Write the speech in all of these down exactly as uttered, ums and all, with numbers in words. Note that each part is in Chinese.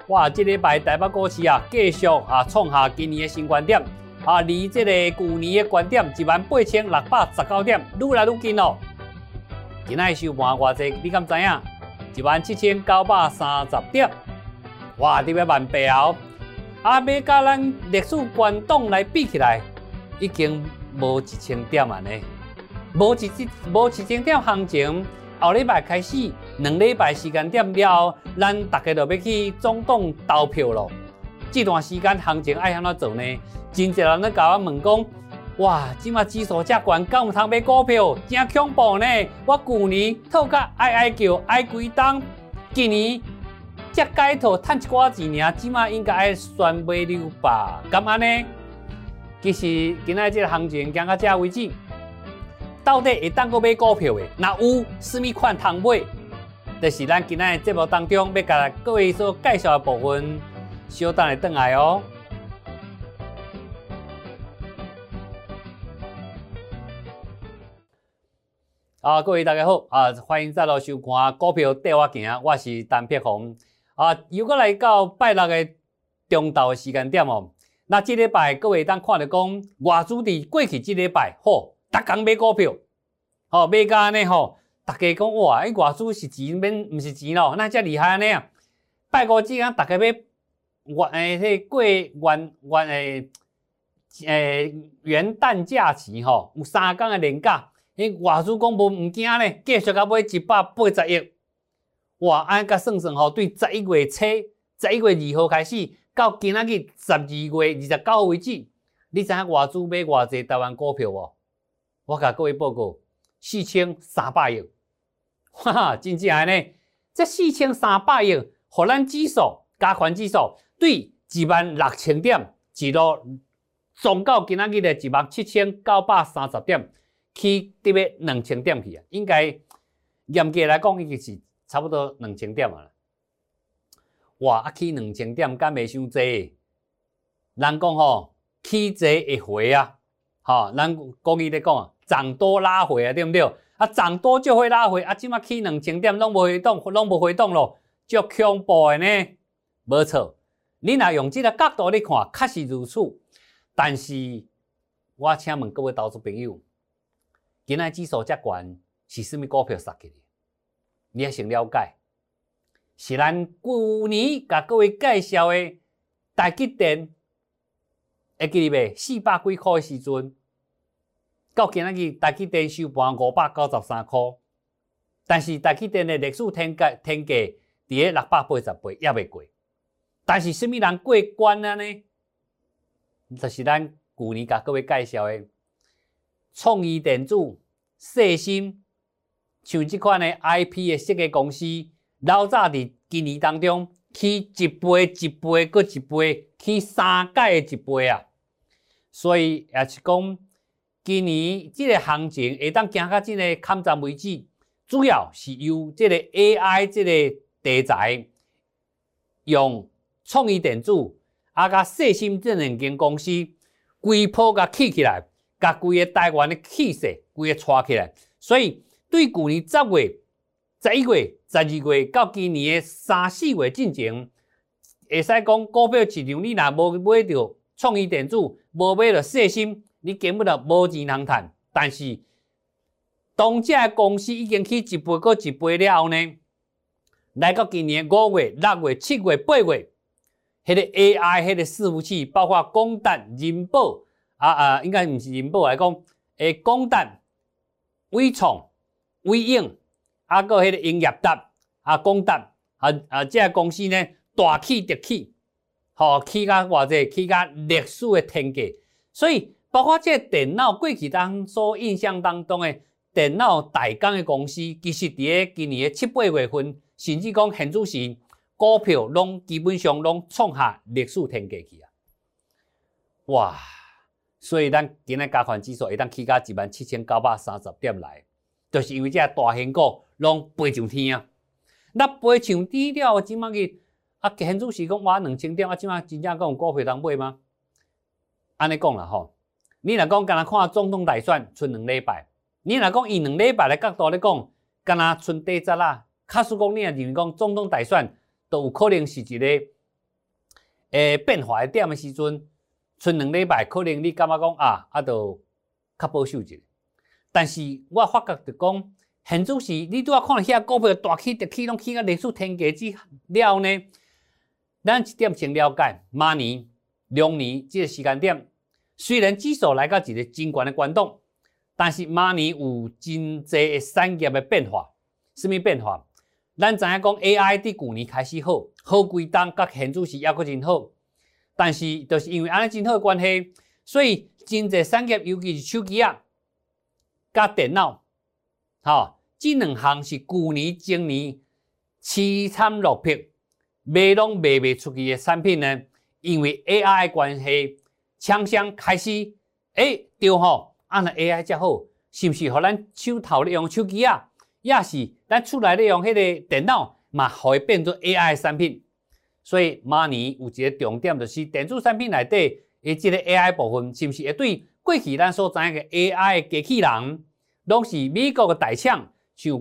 哇，这礼拜台北股市啊，继续啊创下今年的新高点，啊，离这个去年的高点一万八千六百十九点，愈来愈近哦。今仔收盘偌济，你敢知影？一万七千九百三十点，哇，伫要万八哦。啊，要甲咱历史高档来比起来，已经无一千点安尼，无一无一千点行情。后礼拜开始，两礼拜时间点了后，咱大家就要去总统投票咯。这段时间行情爱安怎做呢？真侪人咧甲我问讲，哇，即马指数遮悬，敢有通买股票？真恐怖呢！我去年套甲哀哀叫，哀几冬，今年才解套赚一寡钱尔，即马应该爱宣买了吧？咁安呢？其实今仔这个行情行到这为止。到底会当阁买股票的？若有，什么款通买？就是咱今仔节目当中要甲各位所介绍的部分，稍等下转来哦。啊，各位大家好，啊，欢迎再度收看股票带我行，我是陈碧宏。啊，又过来到拜六的中昼的时间点哦。那这礼拜各位当看到讲，外资伫过去这礼拜，吼。逐工买股票，吼、哦、买到安尼吼，大家讲哇，迄外资是钱免，毋是钱咯，那遮厉害安尼啊！拜五即啊，大家要元诶，迄过元元诶诶元旦假期吼，有三天诶连假，迄外资讲无毋惊咧，继续甲买一百八十亿，哇！安甲算算吼，对十一月初、十一月二號開始到今仔日十二月二十九號為止，你知影外資買偌濟台灣股票無？我甲各位報告，四千三百億，哈哈，真正安尼，這四千三百億，互咱指數加權指數對一萬六千點，一路衝到今仔日的一萬七千九百三十點，去跌要兩千點去啊！應該嚴格來講，已經是差不多兩千點啊！哇，啊去兩千點，敢袂傷濟？人講吼，起濟會回啊！吼，咱國語咧講啊。漲多拉回啊，對不對？啊，漲多就會拉回啊，即馬起兩千點攏無回動，攏無回動咯，足恐怖的呢。無錯，你若用這個角度來看，確實如此。但是，我請問各位投資朋友，今仔指數遮懸是什麼股票殺起的？你要先了解，是咱去年甲各位介紹的台積電，會記得袂？四百幾塊的時陣。到今仔日，台積電收盤五百九十三塊，但是台積電的歷史天價天價伫咧六百八十八，也未過。但是什麼人過關啊呢？就是咱去年甲各位介紹的創意電子、世芯，像這款的 I P 的設計公司，老早佇今年當中起一倍、一倍、擱一倍，起三屆的一倍啊！所以也是講。今年這個行情會當行到這個坎站為止，主要是由這個 A I 這個題材，用創意電子啊甲世芯這兩間公司，規波甲起起來，甲規個台灣的氣勢規個帶起來。所以對去年十月、十一月、十二月到今年的三四月進前，會使講股票市場，你若無買到創意電子，無買到世芯。你根本就無錢通賺，但是當這個公司已經去一倍過一倍了後呢，來到今年五月、六月、七月、八月，迄個 A I 迄個伺服器，包括廣達、仁寶啊啊，應該唔是仁寶來講，誒廣達、緯創、緯穎，啊個迄個英業達啊廣達啊啊，這個公司呢大起特起，吼、哦、起到偌濟，起到歷史的天價，所以。包括這個電腦過去當所印象當中的電腦代工的公司，其實佇個今年的七八月份，甚至講現主時股票攏基本上攏創下歷史天價去啊！哇！所以咱今日加權指數會當起到一萬七千九百三十點來，就是因為這大型股攏飛上天啊！那飛上天了，即馬日啊，現主時講哇兩千點啊，即馬真正講有股票通買嗎？安尼講啦吼。你若講，敢若看總統大選，剩兩禮拜；你若講以兩禮拜的角度來講，敢若剩第十啦。假使講你若認為講總統大選，都有可能是一個诶变化的点的时阵，剩两礼拜，可能你感觉讲啊，啊，就较保守一点。但是我发觉就讲，现主时你拄仔看遐股票大起、特起，拢起到历史天价之了呢，咱一点先了解，明年、两年这个时间点，虽然指数来到一个真悬的关档，但是明年有真济的产业的变化。什么变化？咱知影讲 A I 伫去年开始好，好几档甲现主时抑阁真好，但是就是因为安尼真好的关系，所以真济产业，尤其是手机啊、甲电脑，吼，这两项是去年、前年凄惨落魄，卖拢卖袂出去的产品呢，因为 A I 的关系，厂商开始，诶，对吼，安那 A I 才好，是毋是？互咱手头咧用手机啊？也是咱厝内咧用迄个电脑，嘛，互伊变做 A I 的产品。所以明年有一个重点，就是电子产品内底的即个 A I 部分，是毋是会对过去咱所知影嘅 A I 的机器人，拢是美国嘅大厂，像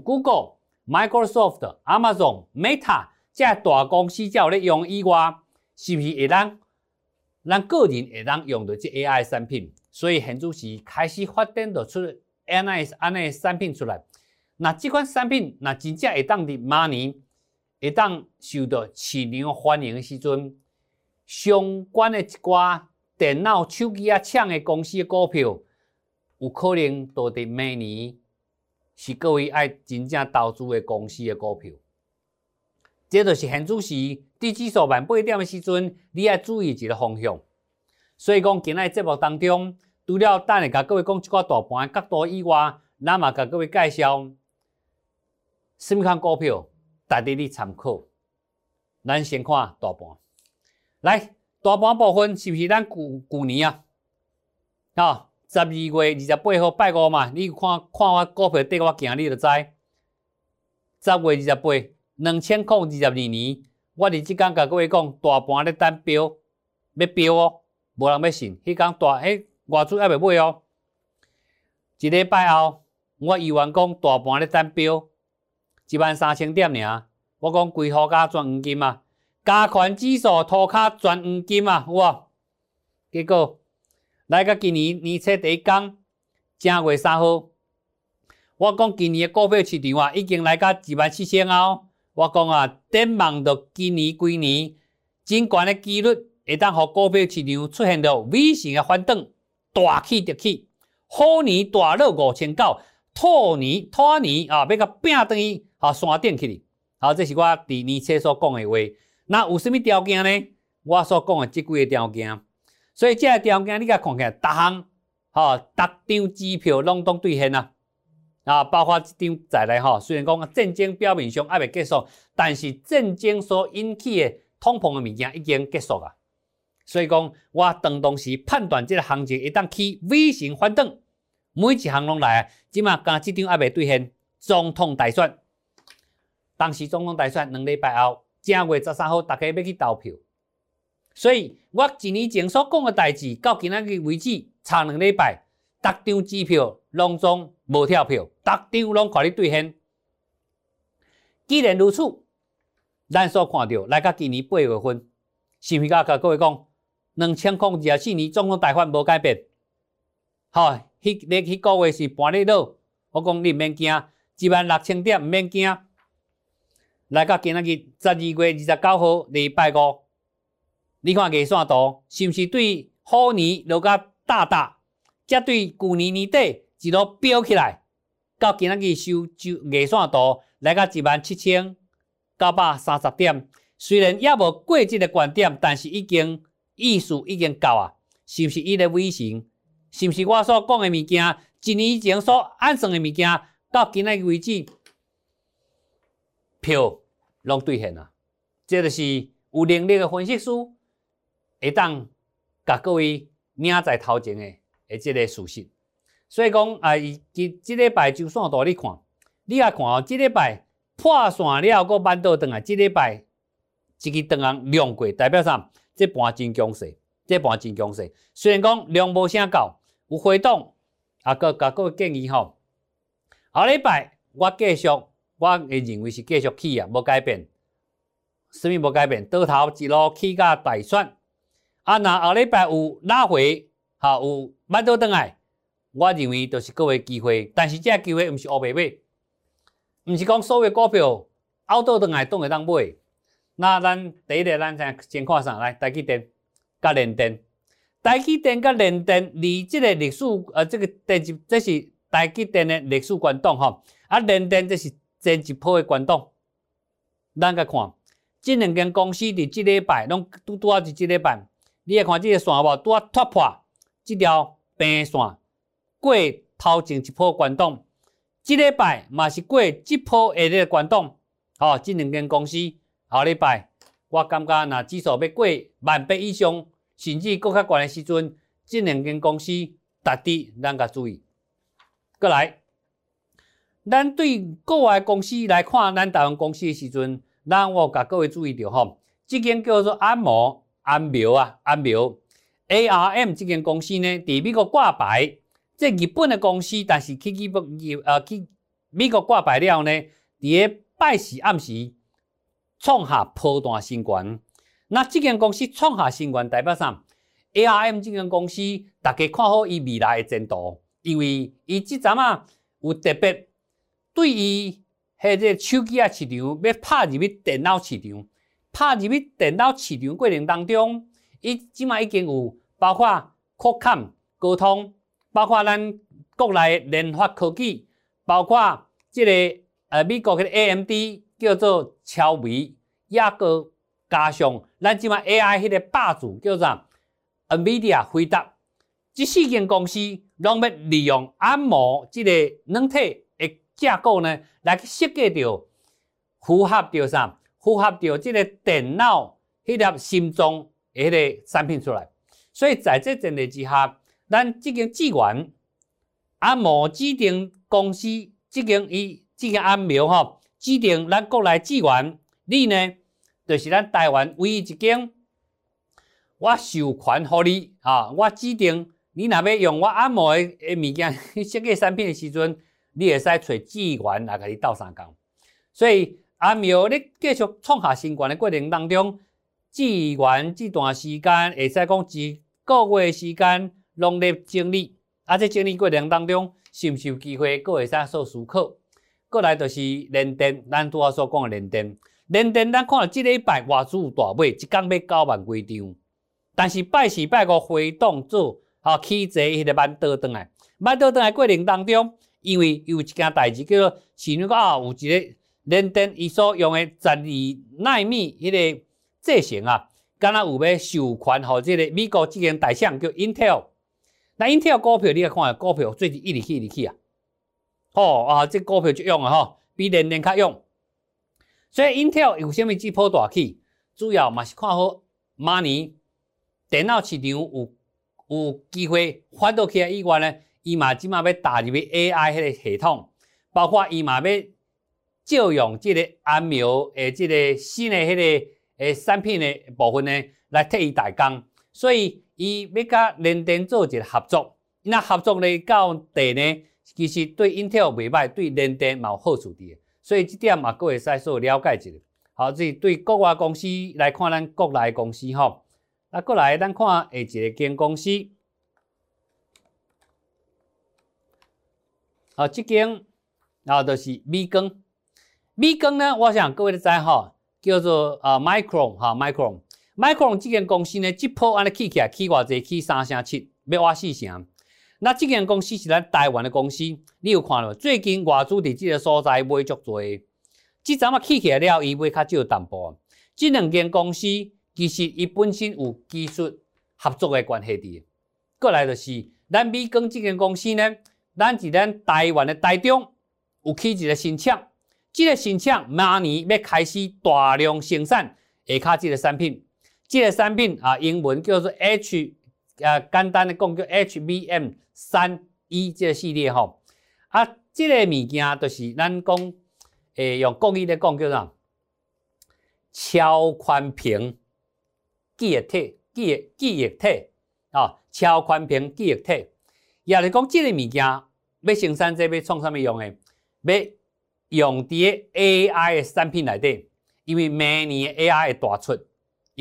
Google、Microsoft、Amazon、Meta 这大公司才有咧用以外，是毋是会当咱个人会当用到即 A I 的产品？所以现主时开始发展到出安尼安尼产品出来。那这款产品，那真正会当伫明年会当受到市场欢迎的时阵，相关的一寡电脑、手机啊厂的公司的股票，有可能都伫明年是各位爱真正投资的公司的股票。这就是现主时伫指数万八点的时阵，你要注意一个方向。所以讲，今日节目当中，除了等下甲各位讲一寡大盘的角度以外，咱嘛甲各位介绍。什么款股票值得你参考？咱先看大盘。来，大盘部分是不是咱旧旧年啊？啊，十二月二十八号拜五嘛，你看看我股票对我行，你就知。十月二十八，两千零二十二年，我伫即天甲各位讲，大盘咧等标，要标哦，无人要信。迄天大，迄外资还未买哦。一礼拜后，我依然讲大盘咧等标。一万三千点尔，我讲规号加全黄金啊，加权指数涂骹全黄金啊，有无？结果来到今年年初第一天，正月三号，我讲今年的股票市场啊，已经来到一万七千后，我讲啊，展望到今年规年真悬的几率，会当互股票市场出现到 V 型的反转，大起特起，虎年大乐五千九，兔年兔年啊，要甲拼转去。啊，山顶去哩！好，这是我伫年初所讲的话。那有啥物条件呢？我所讲的即几个条件。所以这个条件你甲看起来，逐项吼，逐张支票拢都兑现啊！啊，包括即张再来吼，虽然讲战争表面上还未结束，但是战争所引起的通膨的物件已经结束啊。所以讲，我当当时判断这个行情会当起 V 型反转，每一项拢来啊！即马刚即张还未兑现，总统大选。当时总统大选两礼拜后，正月十三号，大家要去投票。所以我一年前所讲的代志，到今仔日为止，差两礼拜，逐张支票拢总无跳票，逐张拢看你兑现。既然如此，咱所看到来到今年八月份，是毋是甲各位讲，两千零二十四年总统大选无改变？吼、哦，迄个迄个月是盘咧落，我讲你毋免惊，一万六千点毋免惊。来到今仔日十二月二十九号礼拜五，你看月线图是毋是对虎年落甲大大，才对旧年年底一路飙起来，到今仔日收就月线图来到一万七千九百三十点，虽然也无过这个关点，但是已经意思已经够啊，是毋是伊个微型？是毋是我所讲的物件？一年前所按算的物件，到今仔日为止，票拢兑现啊！这就是有能力的分析师会当甲各位领在头前的的这个事实。所以讲啊，伊即即礼拜周线图你看，你也看哦，即礼拜破线了，搁扳倒转来，即礼拜一支长红亮过，代表啥？这盘真强势，这盘真强势。虽然讲量无啥够，有回动，啊，佮甲各位建议吼，后礼拜我继续。我会认为是继续起啊，无改变。什么无改变？倒头一路起到大选， 啊，那后礼拜有拉回，哈，有买倒转来，我认为就是各位机会，但是这机会唔是黑白买，唔是讲所有股票凹倒转来都会当买。那咱第一个咱先先看啥来，台积电甲联电，台积电甲联电离这个历史呃这个第一，这是台积电的历史关档吼，啊联电这是前一波的关档，咱甲看。这两间公司伫这礼拜拢拄拄啊，伫这礼拜，你会看这个线无？拄啊突破这条平线，过头前一波关档。这礼拜嘛是过这波下个关档。吼、哦，这两间公司后礼拜，我感觉若指数要过万八以上，甚至搁较悬的时阵，这两间公司值得咱甲注意。过来，咱对国外公司来看，咱台湾公司的时阵。咱我甲各位注意到吼，这间叫做安摩安苗啊，安苗 A R M 这间公司呢，伫美国挂牌，这日本的公司，但是去去呃去美国挂牌了呢，伫个拜四暗时创下波段新高。那这间公司创下新高代表啥 ？A R M 这间公司，大家看好伊未来的前途，因为伊即阵啊有特别对伊。迄个手机啊市场要拍入去电脑市场，拍入去电脑市场过程当中，伊即卖已经有包括科康、高通，包括咱国内联发科技，包括即、这个呃美国嘅 A M D 叫做超微，也个加上咱即卖 A I 迄个霸主叫做 NVIDIA 辉达，即四间公司拢要利用安摩即个软体。架构呢，来去设计着符合着啥？符合着这个电脑迄粒心脏的迄个产品出来。所以在这前提之下，咱这间智源安摩指定公司，这间伊这间安苗吼，指定咱国内智源，你呢，就是咱台湾唯一一间，我授权互你啊，我指定你若要用我安摩的的物件去设计产品的时阵。你会使找智源来甲你斗相共，所以阿苗咧继续创下新高的过程当中，智源这段时间会使讲一个月时间拢咧整理，啊，这整理过程当中，是毋是有机会佫会使做思考？过来就是联电，咱拄仔所讲的联电，联电咱看到这礼拜外资有大买，一工买九万几张，但是拜四拜五回动做啊起坐迄个万倒转来，万倒转来过程当中。因为有一件代志叫做，前两个啊有一个联电伊所用的十二纳米迄个制程啊，敢若有要授权互即个美国这间大厂叫 Intel。那 Intel 股票你来看，股票最近一直去一直去啊，哦啊，这股票就用啊吼，比联电较用。所以 Intel 有啥物这波大起？主要嘛是看好明年电脑市场有有机会翻倒起来以外呢。伊嘛即马要打入去 A I 迄个系统，包括伊嘛要借用即个安苗诶，即个新的迄个诶产品的部分呢，来替伊代工。所以伊要甲联电做一个合作，那合作咧到地呢，其实对 Intel 袂歹，对联电嘛有好处伫。所以这点嘛，各位使所了解一下。好，这对国外公司来看，咱国内公司吼，啊，过来咱看下一个间公司。啊，这间啊，就是美光。美光呢，我想各位都知吼，叫做啊 Micron 哈 Micron。Micron 这间公司呢，这波安尼起起来，起偌济，起三成七，要挖四成。那这间公司是咱台湾的公司，你有看到？最近外资伫这个所在买足多，这阵啊起起来了，伊买较少淡薄。这两间公司其实伊本身有技术合作的关系伫。过来就是咱美光这间公司呢。咱伫咱台湾的台中有起一个新厂，这个新厂明年要开始大量生产下骹这个产品，这个产品啊，英文叫做 H， 呃，简单的讲叫 H B M 三 E 这个系列吼。啊，这个物件就是咱讲，诶，用国语咧讲叫啥？超宽屏记忆体，记忆记忆体啊，超宽屏记忆体。也就是讲，这个物件要生产这要创啥物用的？要用伫 A I 的产品内底，因为明年 A I 会大出，因为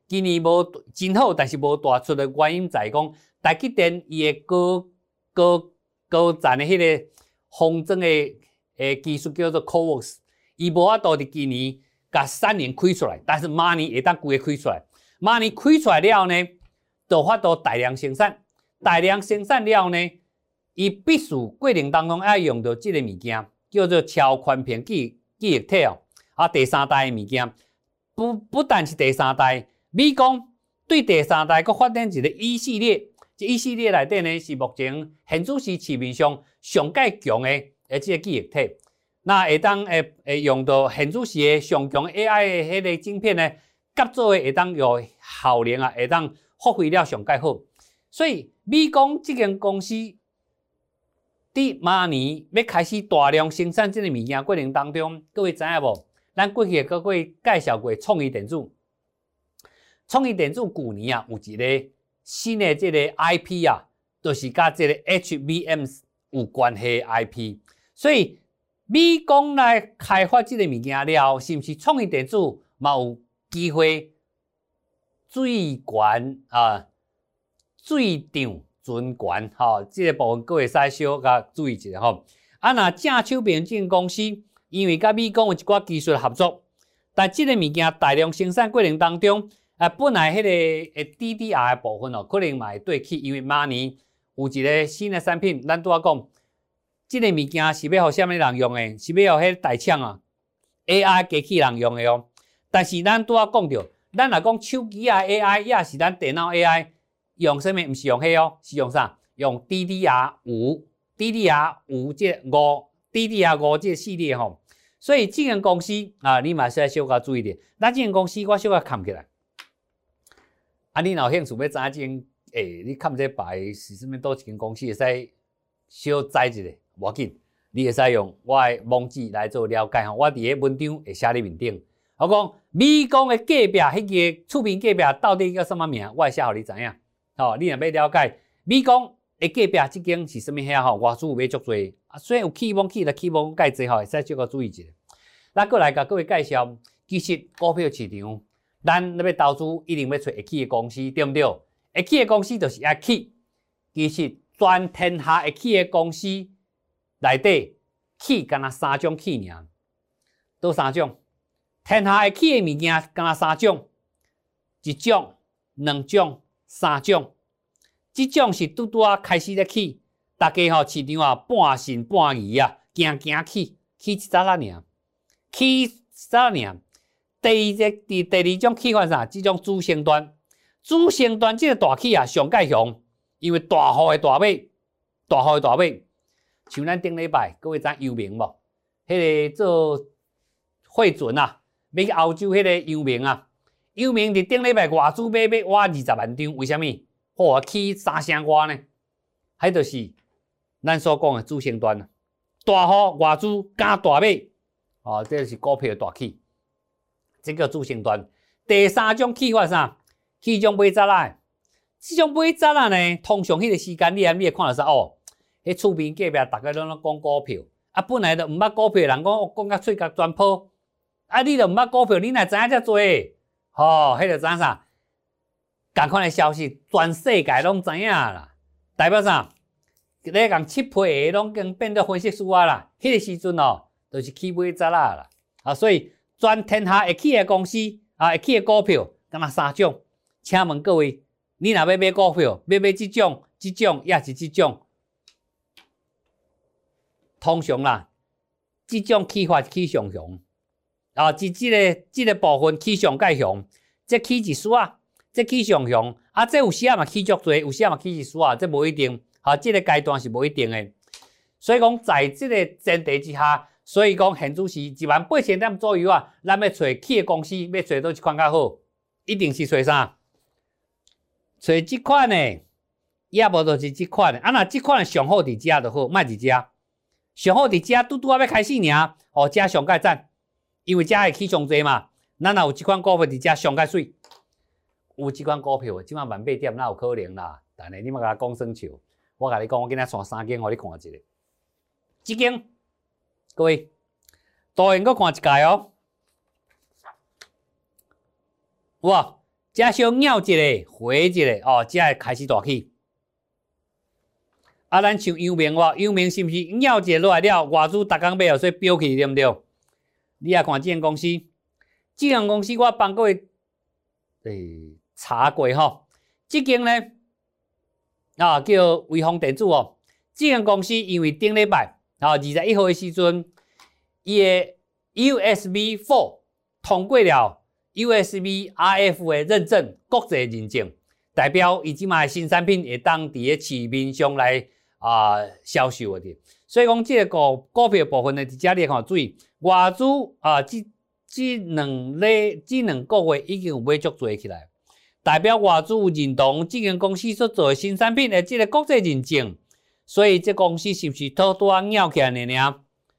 今年无真好，但是无大出的原因在讲，台积电伊个高高高站的迄个封装的诶技术叫做 CoWoS， 伊无法度伫今年甲产能开出来，但是明年会当规个开出来。明年开出来了后呢，就法度大量生产，大量生产了后呢，伊必须过程当中要用到即个物件，叫做超宽屏记记忆体哦，啊第三代的物件，不不但是第三代。美光对第三代佫发展一个 E 系列，这 E 系列内底呢是目前现主是市面上上介强的诶即个记忆体，那会当诶诶用到现主是的上强 A I 的迄个晶片呢，夹做的会当有效能啊，会当发挥了上介好。所以美光这间公司伫明年要开始大量生产这个物件过程当中，各位知影无？咱过去各位介绍过创意电子。创意电子去年啊有一个新的这个 I P 啊，就是甲这个 H B M 有关系的 I P。所以美光来开发这个物件了，是毋是创意电子嘛有机会最悬啊、最涨尊悬吼？这个部分各位使小甲注意一下吼。啊，那正手边这间公司，因为甲美光有一寡技术合作，但这个物件大量生产过程当中。啊，本来迄个诶 D D R 的部分哦，可能嘛会对起，因为明年有一个新的产品，咱拄仔讲，即个物件是要互啥物人用的？是要互迄大厂啊 A I 机器人用的哦。但是咱拄仔讲着，咱若讲手机啊 A I， 也是咱电脑 A I 用啥物？毋是用迄哦，是用啥？用 D D R 五 ，D D R 五即五 ，D D R 五即个系列吼。所以这间公司啊，你嘛需小可注意点。咱这间公司我小可看起来。啊，你若有兴趣要知影即间，诶，你看这牌是啥物倒一间公司，会使小知一下，无要紧，你会使用我的网址来做了解吼。我伫个文章会写伫面顶。我讲美光的隔壁迄个厝边隔壁到底叫什么名，我会写互你知影。吼、哦，你若要了解美光的隔壁即间是啥物遐吼，外资有买足多。啊，虽然有起网起来起网介济吼，会使小可注意一下。咱过来甲各位介绍，其实股票市场。咱要投资，一定要找会起的公司，对不对？会起的公司就是爱起。其实全天下会起的公司内底，起干那三种起尔，都三种。天下会起的物件干那三种，一种、两种、三种。这种是拄拄啊开始咧起，大家吼市场啊半信半疑啊，行行起，起一早仔尔，起一早尔。第二个第第二种起法啥？这种主升段，主升段这个大起啊，上介强，因为大号的大尾，大号的大尾，像咱顶礼拜各位知阳明无？迄个做汇准啊，要去欧洲迄个阳明啊，阳明伫顶礼拜外资买买挖二十万张，为虾米？哇，起三成外呢？迄就是咱所讲的主升段啊，大号外资加大买，哦，这就是股票的大起。这个主升段，第三种起法啥？起种买早仔，这种买早仔呢，通常迄个时间你还你会看到啥？哦，迄厝边隔壁大家拢咧讲股票，啊，本来就毋捌股票，人讲讲甲喙角全破，啊，你就毋捌股票，你哪知影遮多？吼、哦，迄个知影啥？共款的消息，全世界拢知影啦。代表啥？咧共七配的拢跟变做分析师啊啦。迄、那个时阵哦，就是起买早仔啦。啊，所以。全天下会起的公司啊，会起的股票，敢若三种。请问各位，你若要买股票，要买这种、这种，也是这种。通常啦，这种起法起上强，啊，这这个这个部分起上介强，这起一丝啊，这起上强，啊，这有时啊嘛起足多，有时啊嘛起一丝啊，这无一定，啊，这个阶段是无一定的。所以讲，在这个前提之下。所以讲，现主是一万八千点左右啊，咱要找起的公司，要找到一款较好，一定是找啥？找这款的，也无就是这款的。啊，那这款的上好伫遮就好，卖伫遮。上好伫遮，拄拄啊要开始尔，哦，遮上介赞，因为遮会起上济嘛。咱若有这款股票伫遮上介水，有这款股票，即马万八点哪有可能啦？但是你莫甲我讲耍笑，我甲你讲，我今仔选三间，互你看一下。这间。各位，导演，搁看一届哦。哇， 加小拗一个，回一个哦，才会开始大起。啊，咱像阳明哇，阳明是毋是拗一个落来了？外资逐工买哦，所以飙起对毋对？你来看这间公司，这间公司我帮各位诶查过吼，这间呢啊叫威锋电子哦，这间公司因为顶礼拜啊二十一号的时阵，伊的 U S B 四 通过了 U S B R F 的认证，国际认证，代表伊即卖新产品会当伫个市面上来啊、呃、销售的。所以讲，这个股股票部分呢，伫遮你看注意，外资啊，即即两个即两个月已经有买足做起来，代表外资有认同这间公司所做的新产品的这个国际认证，所以这公司是不是偷偷啊拗起来呢？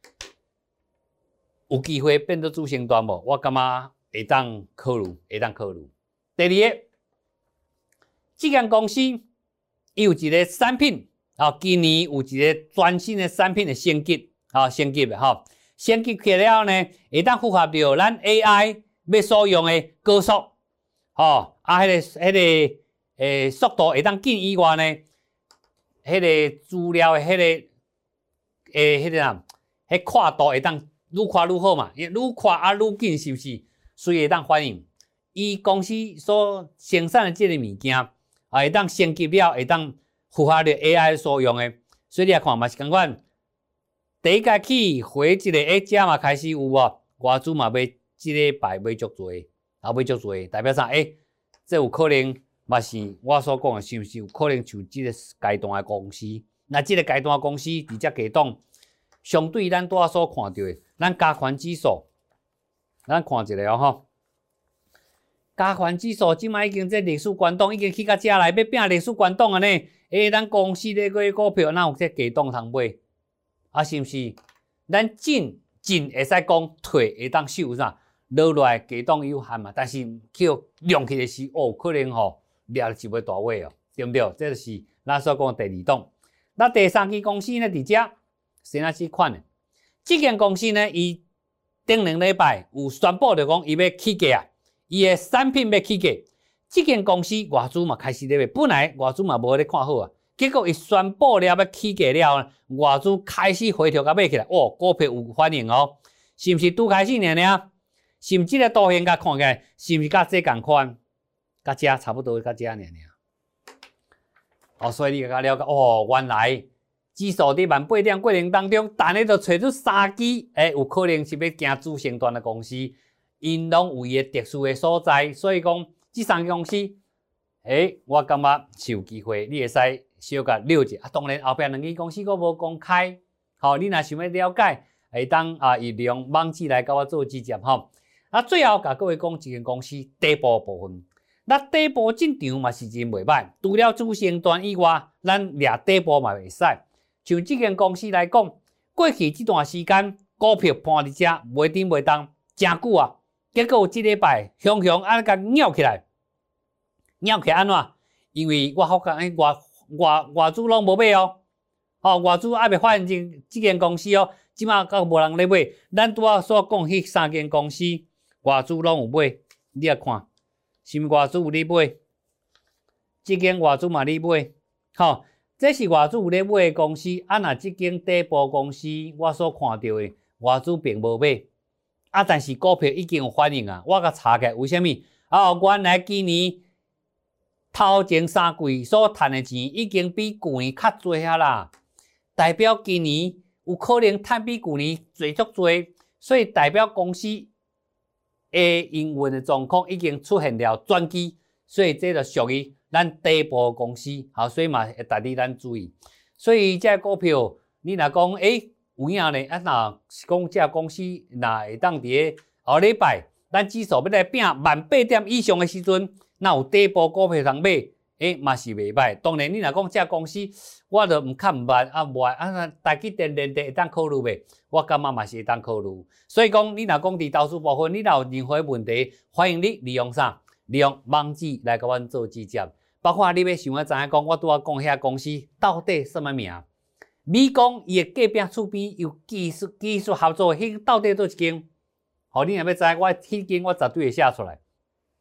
有机会变做主升段无？我感觉会当考虑，会当考虑。第二个，这间公司有一个产品。啊，今年有一个全新的产品的升级，啊，升级的吼，升级起了呢，会当符合着咱 A I 要所用的高速，吼，啊，迄、那个、迄、那个诶速度会当紧以外呢，迄、那个资料的迄、那个诶，迄、那个啊，迄跨度会当愈跨愈好嘛，愈跨啊愈紧，是不是？所以会当反映，伊公司所生产的这个物件，啊，会当升级了，会当。符合着 A I 所用的，所以你来看嘛是共款，第一届起回一个诶，遮嘛开始有无？外资嘛买即礼拜买足多，啊买足多，代表啥？诶、欸，这有可能嘛是我所讲的，是毋是有可能像即个阶段的公司？那即个阶段的公司伫遮阶段，相对咱拄仔所看到的，咱加权指数，咱看一下哦吼。加权指数即摆已经这历史关档已经去到遮来，要拼历史关档啊呢？诶，咱公司咧个股票哪有这价档通买？啊，是毋是？咱进进会使讲退会当收啥？落来价档有限嘛，但是叫量起的是哦，可能吼掠一尾大尾哦，对毋对？这就是咱所讲的第二档。那第三期公司呢？伫遮先来去看的，这间公司呢，伊顶两礼拜有宣布着讲伊要起价啊。伊的产品要起价，这间公司外资嘛开始咧买，本来外资嘛无咧看好啊，结果伊宣布了要起价了，外资开始回调甲买起来，哦，股票有反应哦，是毋是拄开始呢呢？是毋是这个图形甲看起来，是毋是甲这共款？甲这差不多，甲这呢呢？哦，所以你甲了解，哦，原来指数伫万八点过程当中，但你就找出三支，诶、欸，有可能是要行主升段的公司。因拢有伊个特殊的所在，所以讲这三个公司，诶、欸，我感觉是有机会，你会使小甲了解。啊，当然后壁两间公司我无公开，吼，你若想要了解，会当啊，利用网址来甲我做直接吼。啊，最后甲各位讲一间公司底部部分，那底部进场嘛是真袂歹，除了主升段以外，咱掠底部嘛袂使。像这间公司来讲，过去这段时间股票盘伫遮袂顶袂动，真久啊。结果这礼拜雄雄安甲拗起来，拗起来安怎？因为我发觉外外外资拢无买哦，哦外资还未发现这这间公司哦，即马阁无人咧买。咱拄仔所讲迄三间公司，外资拢有买，你来看，是毋外资有咧买？这间外资嘛咧买，吼、哦，这是外资有咧买的公司。啊，若这间底部公司，我所看到的外资并无买。啊！但是股票已经有反应啊！我甲查起来，为虾米？啊，原来今年头前三季所赚的钱已经比去年较多啊啦，代表今年有可能赚比去年多足多，所以代表公司的营运的状况已经出现了转机，所以这就属于咱底部公司，好，所以嘛会值得咱注意。所以这股票，你若讲诶。有影呢？啊，若是讲这公司，若会当伫个后礼拜，咱指数要来拼万八点以上的时阵，若有底部股票通买，诶，嘛是袂歹。当然，你若讲这公司，我就毋看毋捌啊，无啊，台积电连跌会当考虑袂？我感觉嘛是会当考虑。所以讲，你若讲伫投资部分，你若有任何问题，欢迎你利用啥？利用网址来甲阮做直接。包括你要想要知影讲，我拄仔讲遐公司到底什么名？美光伊个隔壁厝边有技术技术合作，迄到底做一间？好，你若要知，我迄间我绝对会写出来。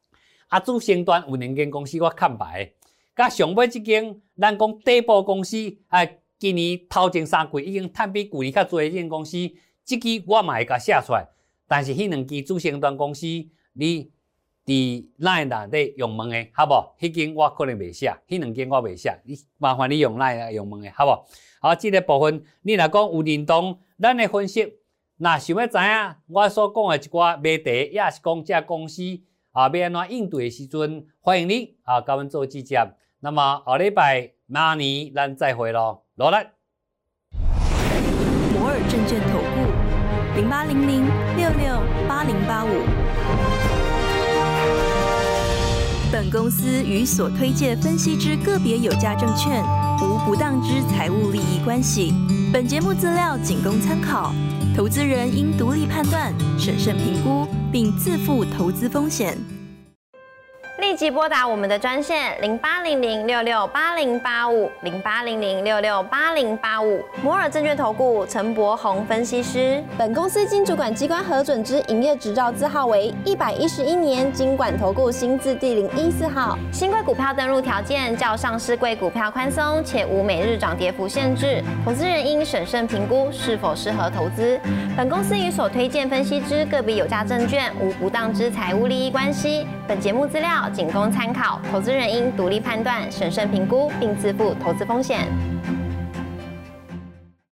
啊，主升端有两间公司我看牌，甲上尾即间咱讲底部公司，啊，今年头前三季已经趁比去年较侪间公司，即支我嘛会甲写出来。但是迄两支主升端公司，你伫哪内底用问的，好无？迄间我可能袂写，迄两间我袂写，你麻烦你用哪来用问的，好无？好，即、这个部分你若讲有认同咱的分析，若想要知影我所讲的一寡问题，也是讲这公司啊要安怎应对的时阵，欢迎你啊甲阮做指教。那么后礼拜明年咱再会咯，罗兰。 摩尔证券投顾零八零零六六八零八五。本公司与所推介分析之个别有价证券无不当之财务利益关系。本节目资料仅供参考，投资人应独立判断、审慎评估，并自负投资风险。 立即拨打我们的专线零八零零六六八零八五零八零零六六八零八五摩尔证券投顾陈柏宏分析师。本公司经主管机关核准之营业执照字号为一百一十一年金管投顾新字第零一四号。新贵股票登录条件较上市贵股票宽松，且无每日涨跌幅限制。投资人应审慎评估是否适合投资。本公司与所推荐分析之个别有价证券无不当之财务利益关系。本节目资料仅供参考，投资人应独立判断、审慎评估，并自负投资风险。